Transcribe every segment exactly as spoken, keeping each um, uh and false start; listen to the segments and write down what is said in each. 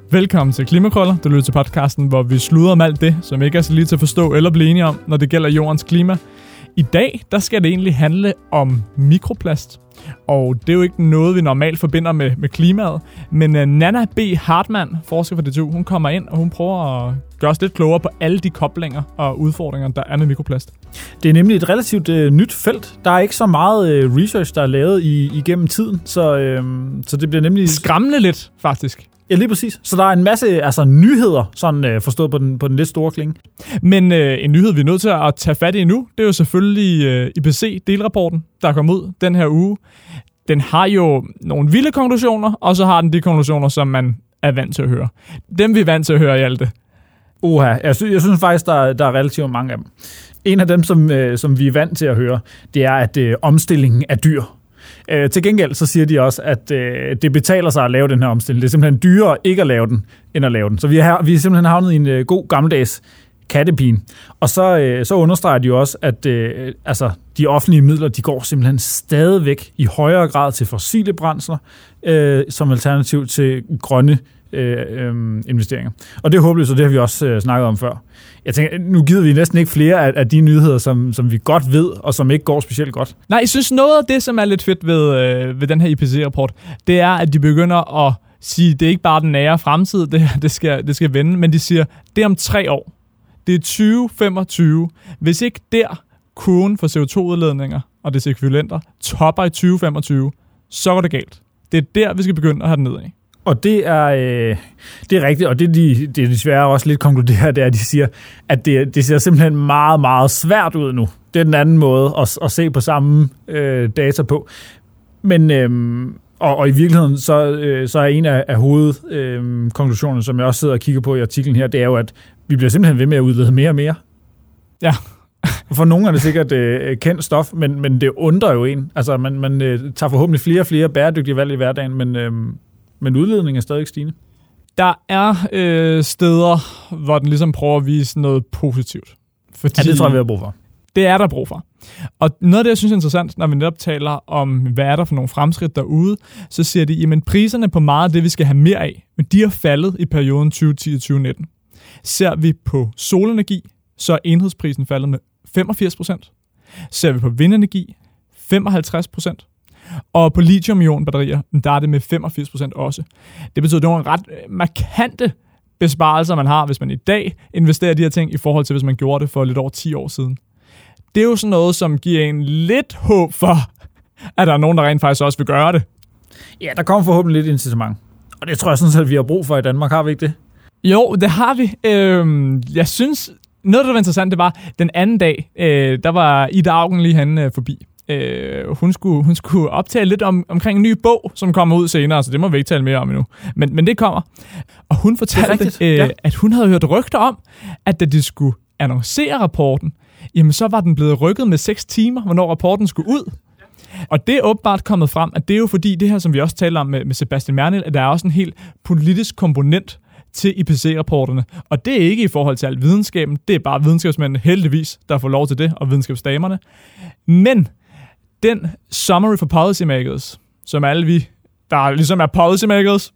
Velkommen til Klimakrøller. Du lytter til podcasten, hvor vi sluder om alt det, som ikke er så lige til at forstå eller blive enige om, når det gælder jordens klima. I dag, der skal det egentlig handle om mikroplast. Og det er jo ikke noget, vi normalt forbinder med, med klimaet. Men uh, Nanna B. Hartmann, forsker fra D T U, hun kommer ind, og hun prøver at gøre os lidt klogere på alle de koblinger og udfordringer, der er med mikroplast. Det er nemlig et relativt øh, nyt felt. Der er ikke så meget øh, research, der er lavet i, igennem tiden, så, øh, så det bliver nemlig... Skræmmende lidt, faktisk. Ja, lige præcis. Så der er en masse altså, nyheder, sådan øh, forstået på den, på den lidt store klinge. Men øh, en nyhed, vi er nødt til at tage fat i nu, det er jo selvfølgelig øh, I P C C-delrapporten, der er kommet ud den her uge. Den har jo nogle vilde konklusioner, og så har den de konklusioner, som man er vant til at høre. Dem vi er vant til at høre, Hjalte. Uha, jeg, sy- jeg synes faktisk, der, der er relativt mange af dem. En af dem, som, øh, som vi er vant til at høre, det er, at øh, omstillingen er dyr. Øh, til gengæld så siger de også, at øh, det betaler sig at lave den her omstilling. Det er simpelthen dyrere ikke at lave den, end at lave den. Så vi er, vi er simpelthen havnet i en øh, god gammeldags kattepine. Og så, øh, så understreger de jo også, at øh, altså, de offentlige midler, de går simpelthen stadigvæk i højere grad til fossile brændsler, øh, som alternativ til grønne øh, øh, investeringer. Og det er håbløst, og det har vi også øh, snakket om før. Jeg tænker, nu gider vi næsten ikke flere af, af de nyheder, som, som vi godt ved, og som ikke går specielt godt. Nej, jeg synes noget af det, som er lidt fedt ved, øh, ved den her I P C C-rapport, det er, at de begynder at sige, det er ikke bare den nære fremtid, det, det, skal, det skal vende, men de siger, det er om tre år. Det er tyve femogtyve. Hvis ikke der kurven for C O to udledninger og dets ekvivalenter topper i tyve femogtyve, så går det galt. Det er der, vi skal begynde at have den nedad. Og det er, øh, det er rigtigt, og det de, det er desværre også lidt konkluderet, det er, at de siger, at det, det ser simpelthen meget, meget svært ud nu. Det er den anden måde at, at se på samme øh, data på. Men, øh, og, og i virkeligheden, så, øh, så er en af, af hovedkonklusionerne, øh, som jeg også sidder og kigger på i artiklen her, det er jo, at vi bliver simpelthen ved med at udlede mere og mere. Ja. For nogle er det sikkert øh, kendt stof, men, men det undrer jo en. Altså, man, man øh, tager forhåbentlig flere og flere bæredygtige valg i hverdagen, men... Øh, Men udledningen er stadig stigende. Der er øh, steder, hvor den ligesom prøver at vise noget positivt. Fordi ja, det tror jeg, vi har brug for. Det er der brug for. Og noget af det, jeg synes er interessant, når vi netop taler om, hvad er der for nogle fremskridt derude, så siger de, jamen priserne på meget af det, vi skal have mere af, men de er faldet i perioden tyve ti til tyve nitten. Ser vi på solenergi, så er enhedsprisen faldet med femogfirs procent. Ser vi på vindenergi, femoghalvtreds procent. Og på lithium-ion-batterier, der er det med femogfirs procent også. Det betyder, at det er nogle ret markante besparelser, man har, hvis man i dag investerer de her ting, i forhold til, hvis man gjorde det for lidt over ti år siden. Det er jo sådan noget, som giver en lidt håb for, at der er nogen, der rent faktisk også vil gøre det. Ja, der kommer forhåbentlig lidt incitament. Og det tror jeg sådan set, at vi har brug for i Danmark. Har vi ikke det? Jo, det har vi. Øhm, jeg synes, noget, der var interessant, det var, den anden dag, øh, der var Ida Augen lige henne øh, forbi. Uh, hun, skulle, hun skulle optage lidt om, omkring en ny bog, som kommer ud senere, så det må vi ikke tale mere om endnu. Men, men det kommer. Og hun fortalte, uh, ja. at hun havde hørt rygter om, at da de skulle annoncere rapporten, jamen så var den blevet rykket med seks timer, hvornår rapporten skulle ud. Og det er åbenbart kommet frem, at det er jo fordi, det her, som vi også taler om med, med Sebastian Mernild, at der er også en helt politisk komponent til I P C C-rapporterne. Og det er ikke i forhold til al videnskaben, det er bare videnskabsmændene heldigvis, der får lov til det, og videnskabsdamerne. Men den Summary for Policymakers, som alle vi, der ligesom er policymakers,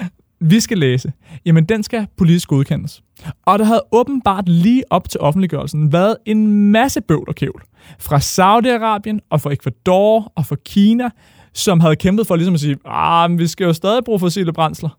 vi skal læse, jamen den skal politisk godkendes. Og der havde åbenbart lige op til offentliggørelsen været en masse bøvl og kævl fra Saudi-Arabien og fra Ecuador og fra Kina, som havde kæmpet for ligesom at sige, ah, men vi skal jo stadig bruge fossile brændsler.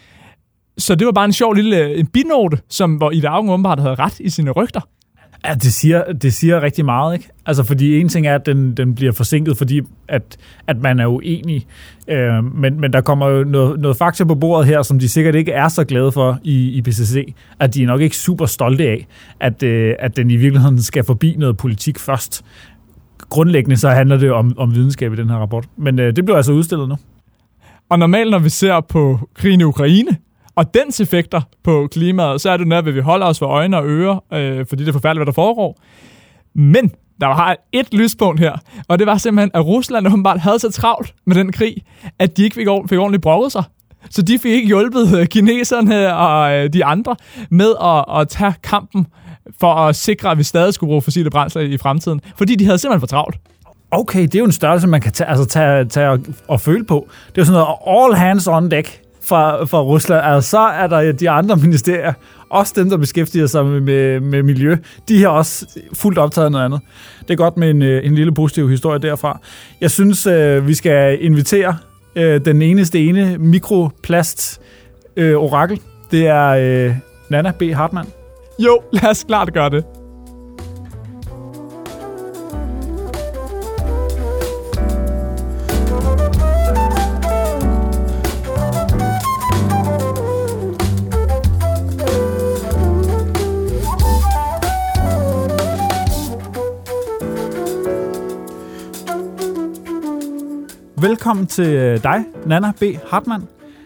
Så det var bare en sjov lille en binote, som, hvor Ida Augen åbenbart havde ret i sine rygter. Ja, det siger, det siger rigtig meget, ikke? Altså, fordi en ting er, at den, den bliver forsinket, fordi at, at man er uenig. Øh, men, men der kommer jo noget, noget fakta på bordet her, som de sikkert ikke er så glade for i I P C C. At de er nok ikke super stolte af, at, øh, at den i virkeligheden skal forbi noget politik først. Grundlæggende så handler det om, om videnskab i den her rapport. Men øh, det bliver altså udstillet nu. Og normalt, når vi ser på krigen i Ukraine, og dens effekter på klimaet, så er det noget, at vi holder os for øjne og ører, øh, fordi det er forfærdeligt, hvad der foregår. Men der var et lyspunkt her, og det var simpelthen, at Rusland åbenbart havde så travlt med den krig, at de ikke fik, fik ordentligt brokket sig. Så de fik ikke hjulpet kineserne og de andre med at, at tage kampen for at sikre, at vi stadig skulle bruge fossile brændsler i fremtiden, fordi de havde simpelthen for travlt. Okay, det er jo en størrelse, man kan tage, altså tage, tage og, og føle på. Det er jo sådan noget all hands on deck. fra, fra Rusland. Altså, så er der de andre ministerier, også dem, der beskæftiger sig med, med, med miljø, de er også fuldt optaget af noget andet. Det er godt med en, en lille positiv historie derfra. Jeg synes, øh, vi skal invitere øh, den eneste ene mikroplast øh, orakel. Det er øh, Nanna B. Hartmann. Jo, lad os klart gøre det. Velkommen til dig, Nanna B. Hartmann.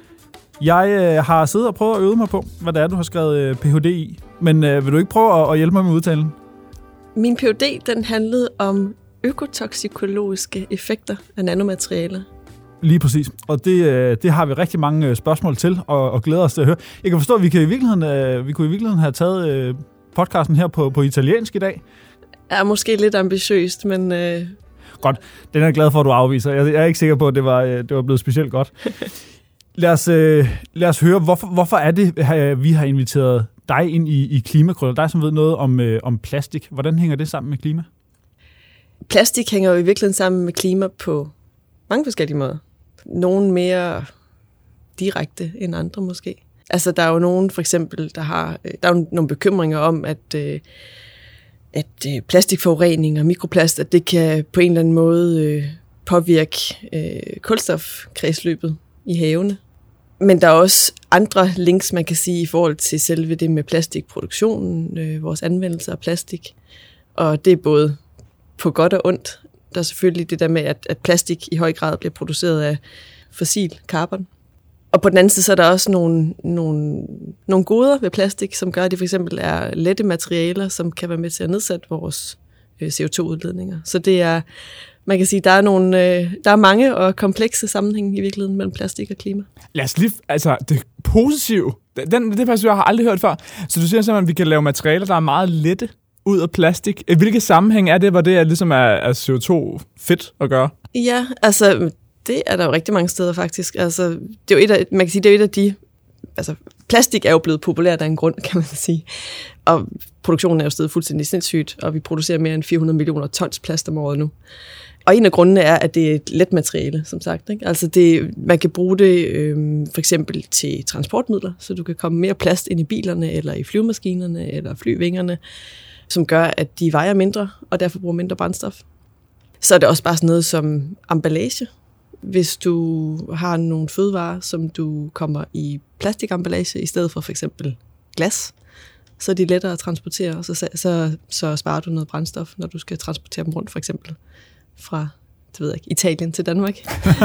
Jeg øh, har siddet og prøvet at øve mig på, hvad det er, du har skrevet øh, P H D i. Men øh, vil du ikke prøve at, at hjælpe mig med udtalen? Min P H D, den handlede om økotoksikologiske effekter af nanomaterialer. Lige præcis. Og det, øh, det har vi rigtig mange spørgsmål til, og, og glæder os til at høre. Jeg kan forstå, at vi, kan i virkeligheden, øh, vi kunne i virkeligheden have taget øh, podcasten her på, på italiensk i dag. Er måske lidt ambitiøst, men... Øh... Godt. Den er jeg glad for, at du afviser. Jeg er ikke sikker på, at det var, det var blevet specielt godt. Lad os, øh, lad os høre, hvorfor, hvorfor er det, at vi har inviteret dig ind i, i Klimakrøller? Dig, som ved noget om, øh, om plastik. Hvordan hænger det sammen med klima? Plastik hænger jo i virkeligheden sammen med klima på mange forskellige måder. Nogle mere direkte end andre måske. Altså, der er jo nogen, for eksempel, der har der er jo nogle bekymringer om, at... Øh, at øh, plastikforurening og mikroplast, at det kan på en eller anden måde øh, påvirke øh, kulstofkredsløbet i havene. Men der er også andre links, man kan sige, i forhold til selve det med plastikproduktionen, øh, vores anvendelse af plastik. Og det er både på godt og ondt. Der er selvfølgelig det der med, at, at plastik i høj grad bliver produceret af fossil carbon. Og på den anden side, så er der også nogle, nogle, nogle goder ved plastik, som gør, at det for eksempel er lette materialer, som kan være med til at nedsætte vores øh, C O to udledninger. Så det er, man kan sige, der er, nogle, øh, der er mange og komplekse sammenhænge i virkeligheden mellem plastik og klima. Lad os lige, altså det positive, den, det perspektiv har jeg aldrig hørt før. Så du siger simpelthen, at vi kan lave materialer, der er meget lette ud af plastik. Hvilke sammenhæng er det, hvor det er, ligesom er, er C O to fedt at gøre? Ja, altså... Det er der jo rigtig mange steder faktisk. Altså, det er jo et af, man kan sige, det er jo et af de... Altså, plastik er jo blevet populært af en grund, kan man sige. Og produktionen er jo stedet fuldstændig sindssygt, og vi producerer mere end fire hundrede millioner tons plast om året nu. Og en af grundene er, at det er et let materiale, som sagt. Ikke? Altså, det, man kan bruge det øh, for eksempel til transportmidler, så du kan komme mere plast ind i bilerne, eller i flyvemaskinerne, eller flyvingerne, som gør, at de vejer mindre, og derfor bruger mindre brændstof. Så er det også bare sådan noget som emballage. Hvis du har nogle fødevarer, som du kommer i plastikemballage i stedet for for eksempel glas, så er de lettere at transportere, og så, så, så sparer du noget brændstof, når du skal transportere dem rundt, for eksempel fra det ved jeg ikke, Italien til Danmark.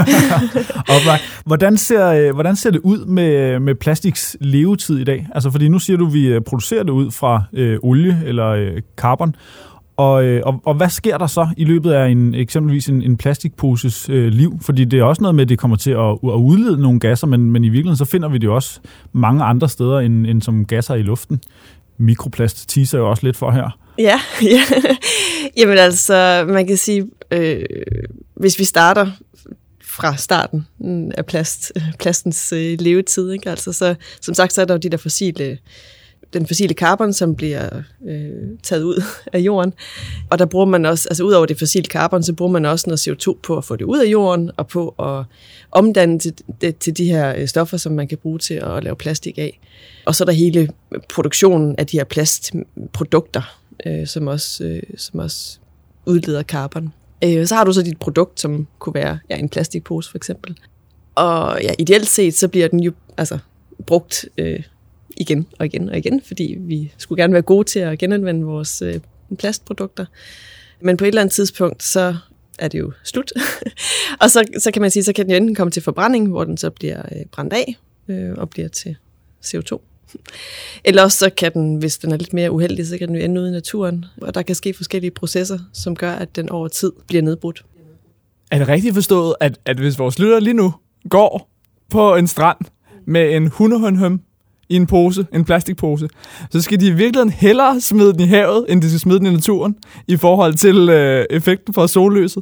hvordan, ser, hvordan ser det ud med, med plastiks levetid i dag? Altså, fordi nu siger du, at vi producerer det ud fra øh, olie eller øh, carbon. Og, og, og hvad sker der så i løbet af en, eksempelvis en, en plastikposes øh, liv? Fordi det er også noget med, at det kommer til at, at udlede nogle gasser, men, men i virkeligheden så finder vi det også mange andre steder end, end som gasser i luften. Mikroplast teaser jo også lidt for her. Ja, ja. Jamen altså, man kan sige, øh, hvis vi starter fra starten af plast, plastens øh, levetid, ikke? Altså, så, som sagt, så er der jo de der fossile den fossile carbon, som bliver øh, taget ud af jorden. Og der bruger man også, altså ud over det fossile carbon, så bruger man også noget C O to på at få det ud af jorden, og på at omdanne til, det, til de her stoffer, som man kan bruge til at lave plastik af. Og så er der hele produktionen af de her plastprodukter, øh, som, også, øh, som også udleder carbon. Øh, så har du så dit produkt, som kunne være ja, en plastikpose for eksempel. Og ja, ideelt set, så bliver den jo altså, brugt øh, igen og igen og igen, fordi vi skulle gerne være gode til at genanvende vores øh, plastprodukter. Men på et eller andet tidspunkt, så er det jo slut. Og så, så kan man sige, så kan den jo enten komme til forbrænding, hvor den så bliver øh, brændt af øh, og bliver til C O to. Eller også så kan den, hvis den er lidt mere uheldig, så kan den jo ende ude i naturen. Og der kan ske forskellige processer, som gør, at den over tid bliver nedbrudt. Er det rigtigt forstået, at, at hvis vores lytter lige nu går på en strand med en hundehønhøm i en pose, en plastikpose, så skal de i virkeligheden hellere smide den i havet, end de skal smide den i naturen, i forhold til øh, effekten fra sollyset.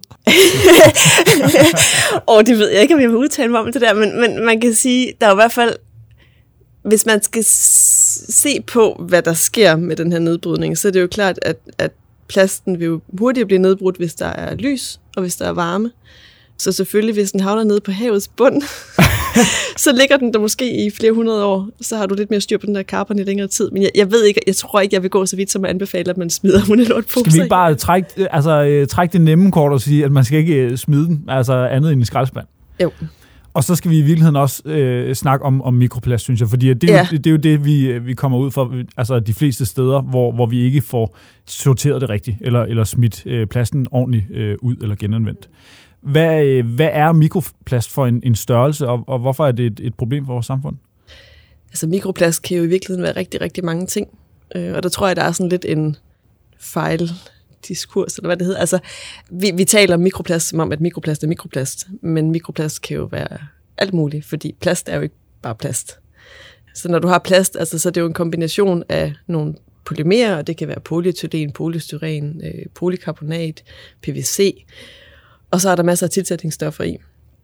Og det ved jeg ikke, om jeg vil udtale mig om det der, men, men man kan sige, der er i hvert fald, hvis man skal se på, hvad der sker med den her nedbrydning, så er det jo klart, at, at plasten vil jo hurtigt blive nedbrudt, hvis der er lys, og hvis der er varme. Så selvfølgelig, hvis den havner nede på havets bund, så ligger den der måske i flere hundrede år, så har du lidt mere styr på den der karbon i længere tid. Men jeg, jeg ved ikke, jeg tror ikke, jeg vil gå så vidt, som at anbefale, at man smider hundelortposer. Skal vi ikke bare trække, altså, trække det nemme kort og sige, at man skal ikke smide den, altså andet end i skraldespand? Jo. Og så skal vi i virkeligheden også øh, snakke om, om mikroplast, synes jeg, fordi det er, ja. jo, det er jo det, vi, vi kommer ud for, altså de fleste steder, hvor, hvor vi ikke får sorteret det rigtigt, eller, eller smidt øh, plasten ordentligt øh, ud eller genanvendt. Hvad, øh, hvad er mikroplast for en, en størrelse, og, og hvorfor er det et, et problem for vores samfund? Altså mikroplast kan jo i virkeligheden være rigtig, rigtig mange ting, øh, og der tror jeg, der er sådan lidt en fejl diskurs, eller hvad det hedder. Altså, vi, vi taler om mikroplast, som om, at mikroplast er mikroplast, men mikroplast kan jo være alt muligt, fordi plast er jo ikke bare plast. Så når du har plast, altså, så er det jo en kombination af nogle polymerer, og det kan være polyethylen, polystyren, øh, polykarbonat, P V C, og så er der masser af tilsætningsstoffer i,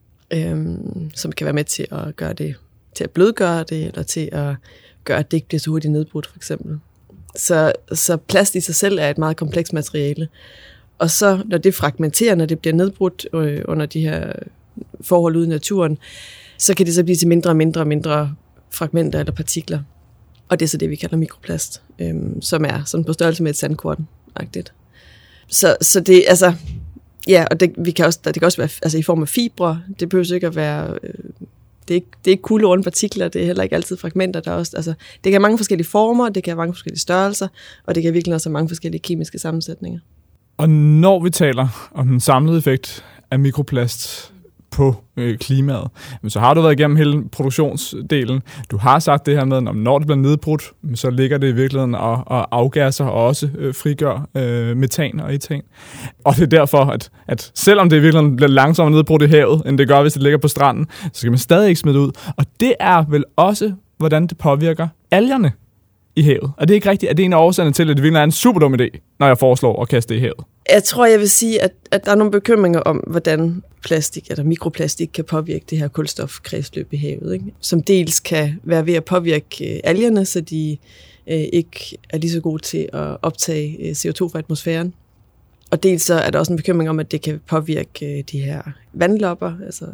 øh, som kan være med til at gøre det, til at blødgøre det, eller til at gøre, at det ikke bliver så hurtigt nedbrudt, for eksempel. Så, så plast i sig selv er et meget komplekst materiale. Og så, når det fragmenterer, når det bliver nedbrudt øh, under de her forhold ude i naturen, så kan det så blive til mindre og mindre og mindre fragmenter eller partikler. Og det er så det, vi kalder mikroplast, øh, som er sådan på størrelse med et sandkorn-agtigt. Så, så det, altså, ja, og det, vi kan også, det kan også være altså, i form af fibre. Det behøver ikke at være... Øh, Det er ikke, det er ikke kuglerunde partikler, det er heller ikke altid fragmenter. Der er også, altså, det kan have mange forskellige former, det kan have mange forskellige størrelser, og det kan virkelig også have mange forskellige kemiske sammensætninger. Og når vi taler om den samlede effekt af mikroplast på øh, klimaet, så har du været igennem hele produktionsdelen. Du har sagt det her med, at når det bliver nedbrudt, så ligger det i virkeligheden og, og afgasser og også øh, frigør øh, metan og etan. Og det er derfor, at, at selvom det i virkeligheden bliver langsommere nedbrudt i havet, end det gør, hvis det ligger på stranden, så skal man stadig ikke smide ud. Og det er vel også, hvordan det påvirker algerne i havet. Og det er ikke rigtigt, at det er en af årsagerne til, at det virkelig er en super dum idé, når jeg foreslår at kaste det i havet. Jeg tror, jeg vil sige, at, at der er nogle bekymringer om, hvordan plastik eller mikroplastik kan påvirke det her kulstofkredsløb i havet, ikke? Som dels kan være ved at påvirke algerne, så de øh, ikke er lige så gode til at optage C O to fra atmosfæren. Og dels så er der også en bekymring om, at det kan påvirke de her vandlopper, altså,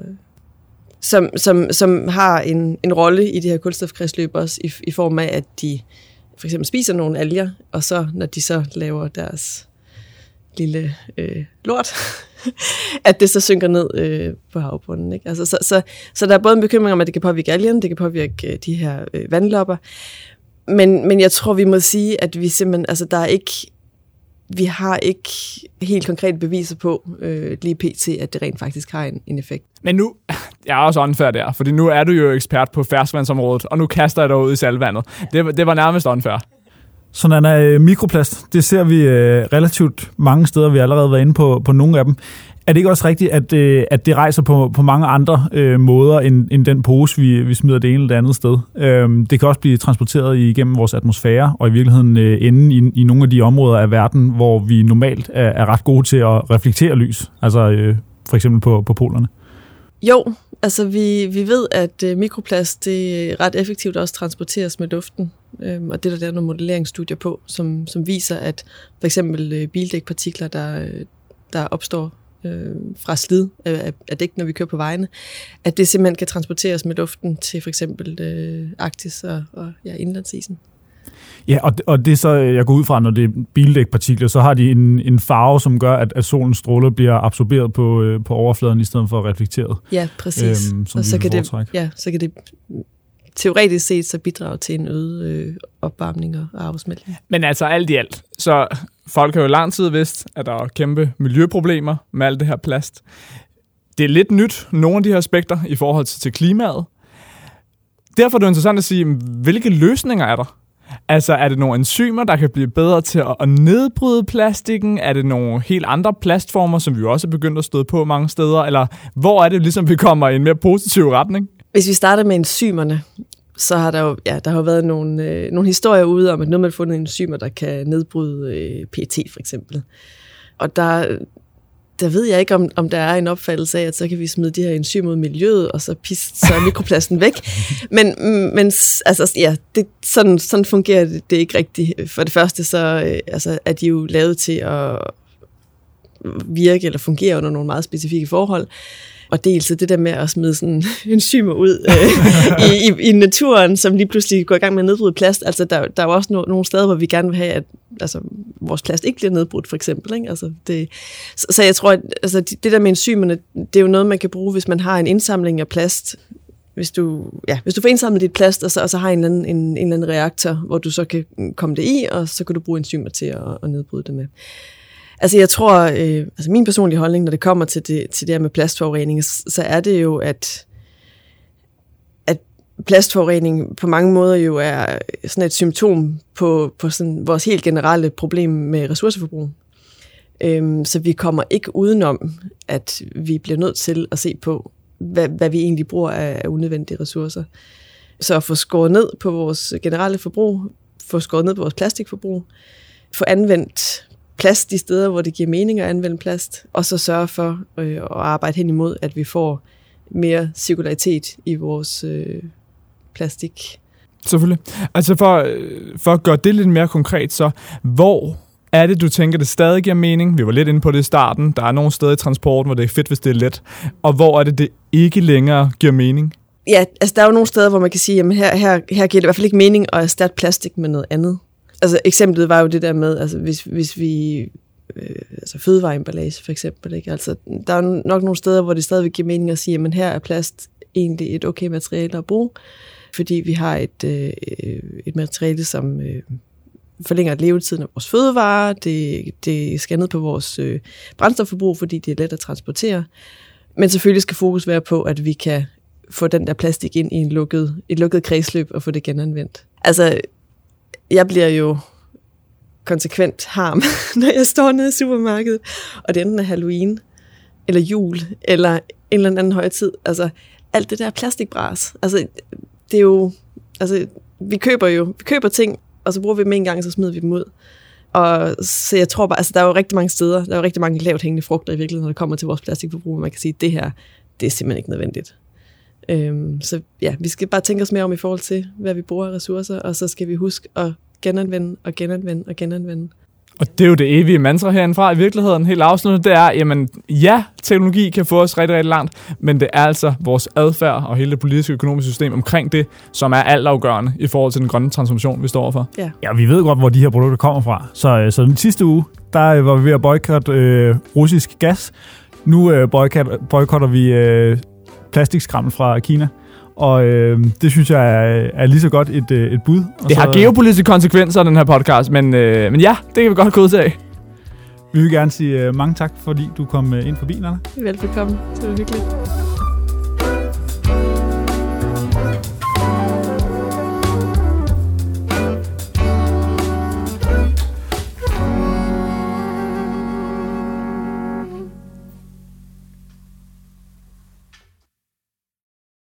som, som, som har en, en rolle i det her kulstofkredsløb også i, i form af, at de for eksempel spiser nogle alger, og så når de så laver deres lille øh, lort, at det så synker ned øh, på havbunden. Ikke? Altså, så, så, så der er både en bekymring om, at det kan påvirke algen, det kan påvirke øh, de her øh, vandlopper, men, men jeg tror, vi må sige, at vi simpelthen, altså der er ikke, vi har ikke helt konkrete beviser på øh, lige pt, at det rent faktisk har en, en effekt. Men nu, jeg er også unfair der, fordi nu er du jo ekspert på ferskvandsområdet, og nu kaster jeg dig ud i saltvandet. Det, det var nærmest unfair. Sådan er øh, mikroplast. Det ser vi øh, relativt mange steder, vi har allerede været inde på, på nogle af dem. Er det ikke også rigtigt, at, øh, at det rejser på, på mange andre øh, måder, end, end den pose, vi, vi smider det ene eller det andet sted? Øh, det kan også blive transporteret igennem vores atmosfære, og i virkeligheden øh, ende i, i nogle af de områder af verden, hvor vi normalt er, er ret gode til at reflektere lys. Altså øh, for eksempel på, på polerne. Jo, altså vi, vi ved, at øh, mikroplast det ret effektivt også transporteres med luften. Øhm, og det der, der er nogle modelleringsstudier på, som, som viser, at for eksempel øh, bildækpartikler, der, der opstår øh, fra slid af, af dæk, når vi kører på vejene, at det simpelthen kan transporteres med luften til for eksempel øh, Arktis og, og ja, indlandsisen. Ja, og det, og det så, jeg går ud fra, når det er bildækpartikler, så har de en, en farve, som gør, at, at solens stråler bliver absorberet på, øh, på overfladen, i stedet for reflekteret. Ja, præcis. Øhm, og så kan, det, ja, så kan det teoretisk set så bidrage til en øget øh, opvarmning og afsmeltning. Men altså alt i alt, så folk har jo lang tid vidst, at der er kæmpe miljøproblemer med alt det her plast. Det er lidt nyt, nogle af de her aspekter i forhold til, til klimaet. Derfor er det interessant at sige, hvilke løsninger er der? Altså, er det nogle enzymer, der kan blive bedre til at, at nedbryde plastikken? Er det nogle helt andre plastformer, som vi også er begyndt at støde på mange steder? Eller hvor er det ligesom, vi kommer i en mere positiv retning? Hvis vi starter med enzymerne, så har der jo, ja, der har jo været nogle, øh, nogle historier ude om, at nu man har fundet enzymer, der kan nedbryde øh, P E T for eksempel. Og der, der ved jeg ikke, om, om der er en opfattelse af, at så kan vi smide de her enzymer ud i miljøet, og så pisse så mikroplasten væk. Men, men altså, ja, det, sådan, sådan fungerer det, det ikke rigtigt. For det første, så øh, altså, er de jo lavet til at virke eller fungere under nogle meget specifikke forhold. Og dels det der med at smide sådan enzymer ud øh, i, i, i naturen, som lige pludselig går i gang med at nedbryde plast. Altså, der, der er jo også no, nogle steder, hvor vi gerne vil have, at altså, vores plast ikke bliver nedbrudt, for eksempel. Ikke? Altså, det, så, så jeg tror, at altså, det der med enzymerne, det er jo noget, man kan bruge, hvis man har en indsamling af plast. Hvis du, ja, hvis du får indsamlet dit plast, og så, og så har en eller, anden, en, en eller anden reaktor, hvor du så kan komme det i, og så kan du bruge enzymer til at, at nedbryde det med. Altså jeg tror, øh, altså min personlige holdning, når det kommer til det, til det her med plastforurening, så er det jo, at, at plastforurening på mange måder jo er sådan et symptom på, på sådan vores helt generelle problem med ressourceforbrug. Øhm, så vi kommer ikke udenom, at vi bliver nødt til at se på, hvad, hvad vi egentlig bruger af, af unødvendige ressourcer. Så at få skåret ned på vores generelle forbrug, få skåret ned på vores plastikforbrug, få anvendt plast de steder, hvor det giver mening at anvende plast, og så sørge for øh, at arbejde hen imod, at vi får mere cirkularitet i vores øh, plastik. Selvfølgelig. Altså for, for at gøre det lidt mere konkret, så hvor er det, du tænker, det stadig giver mening? Vi var lidt inde på det i starten. Der er nogle steder i transporten, hvor det er fedt, hvis det er let. Og hvor er det, det ikke længere giver mening? Ja, altså der er jo nogle steder, hvor man kan sige, jamen her, her, her giver det i hvert fald ikke mening at erstatte plastik med noget andet. Altså eksemplet var jo det der med, altså hvis, hvis vi, øh, altså fødevareemballage for eksempel, ikke? Altså der er nok nogle steder, hvor det stadigvæk giver mening at sige, jamen her er plast egentlig et okay materiale at bruge, fordi vi har et, øh, et materiale, som øh, forlænger levetiden af vores fødevarer, det, det er scannet på vores øh, brændstofforbrug, fordi det er let at transportere, men selvfølgelig skal fokus være på, at vi kan få den der plastik ind i en lukket, et lukket kredsløb og få det genanvendt. Altså jeg bliver jo konsekvent harm, når jeg står nede i supermarkedet, og det enten er Halloween, eller jul, eller en eller anden højtid. Altså, alt det der plastikbras. Altså, det er jo... Altså, vi køber jo... Vi køber ting, og så bruger vi dem en gang, så smider vi dem ud. Og så jeg tror bare... Altså, der er jo rigtig mange steder, der er jo rigtig mange lavt hængende frugter i virkeligheden, når det kommer til vores plastikforbrug, hvor man kan sige, at det her, det er simpelthen ikke nødvendigt. Øhm, så ja, vi skal bare tænke os mere om i forhold til, hvad vi bruger af ressourcer, og så skal vi huske at genanvende og genanvende og genanvende. Og det er jo det evige mantra herindefra i virkeligheden. Helt afsluttet, det er, jamen ja, teknologi kan få os rigtig, rigtig langt, men det er altså vores adfærd og hele det politiske og økonomiske system omkring det, som er altafgørende i forhold til den grønne transformation, vi står overfor. Ja, ja vi ved godt, hvor de her produkter kommer fra. Så, så den sidste uge, der var vi ved at boykotte øh, russisk gas. Nu øh, boykotter vi øh, plastikskrammel fra Kina. Og øh, det synes jeg er, er lige så godt et, øh, et bud. Og det så, har geopolitiske konsekvenser, den her podcast, men, øh, men ja, det kan vi godt gå ud til. Vi vil gerne sige uh, mange tak, fordi du kom uh, ind forbi, Nanna. Velbekomme. Det var hyggeligt.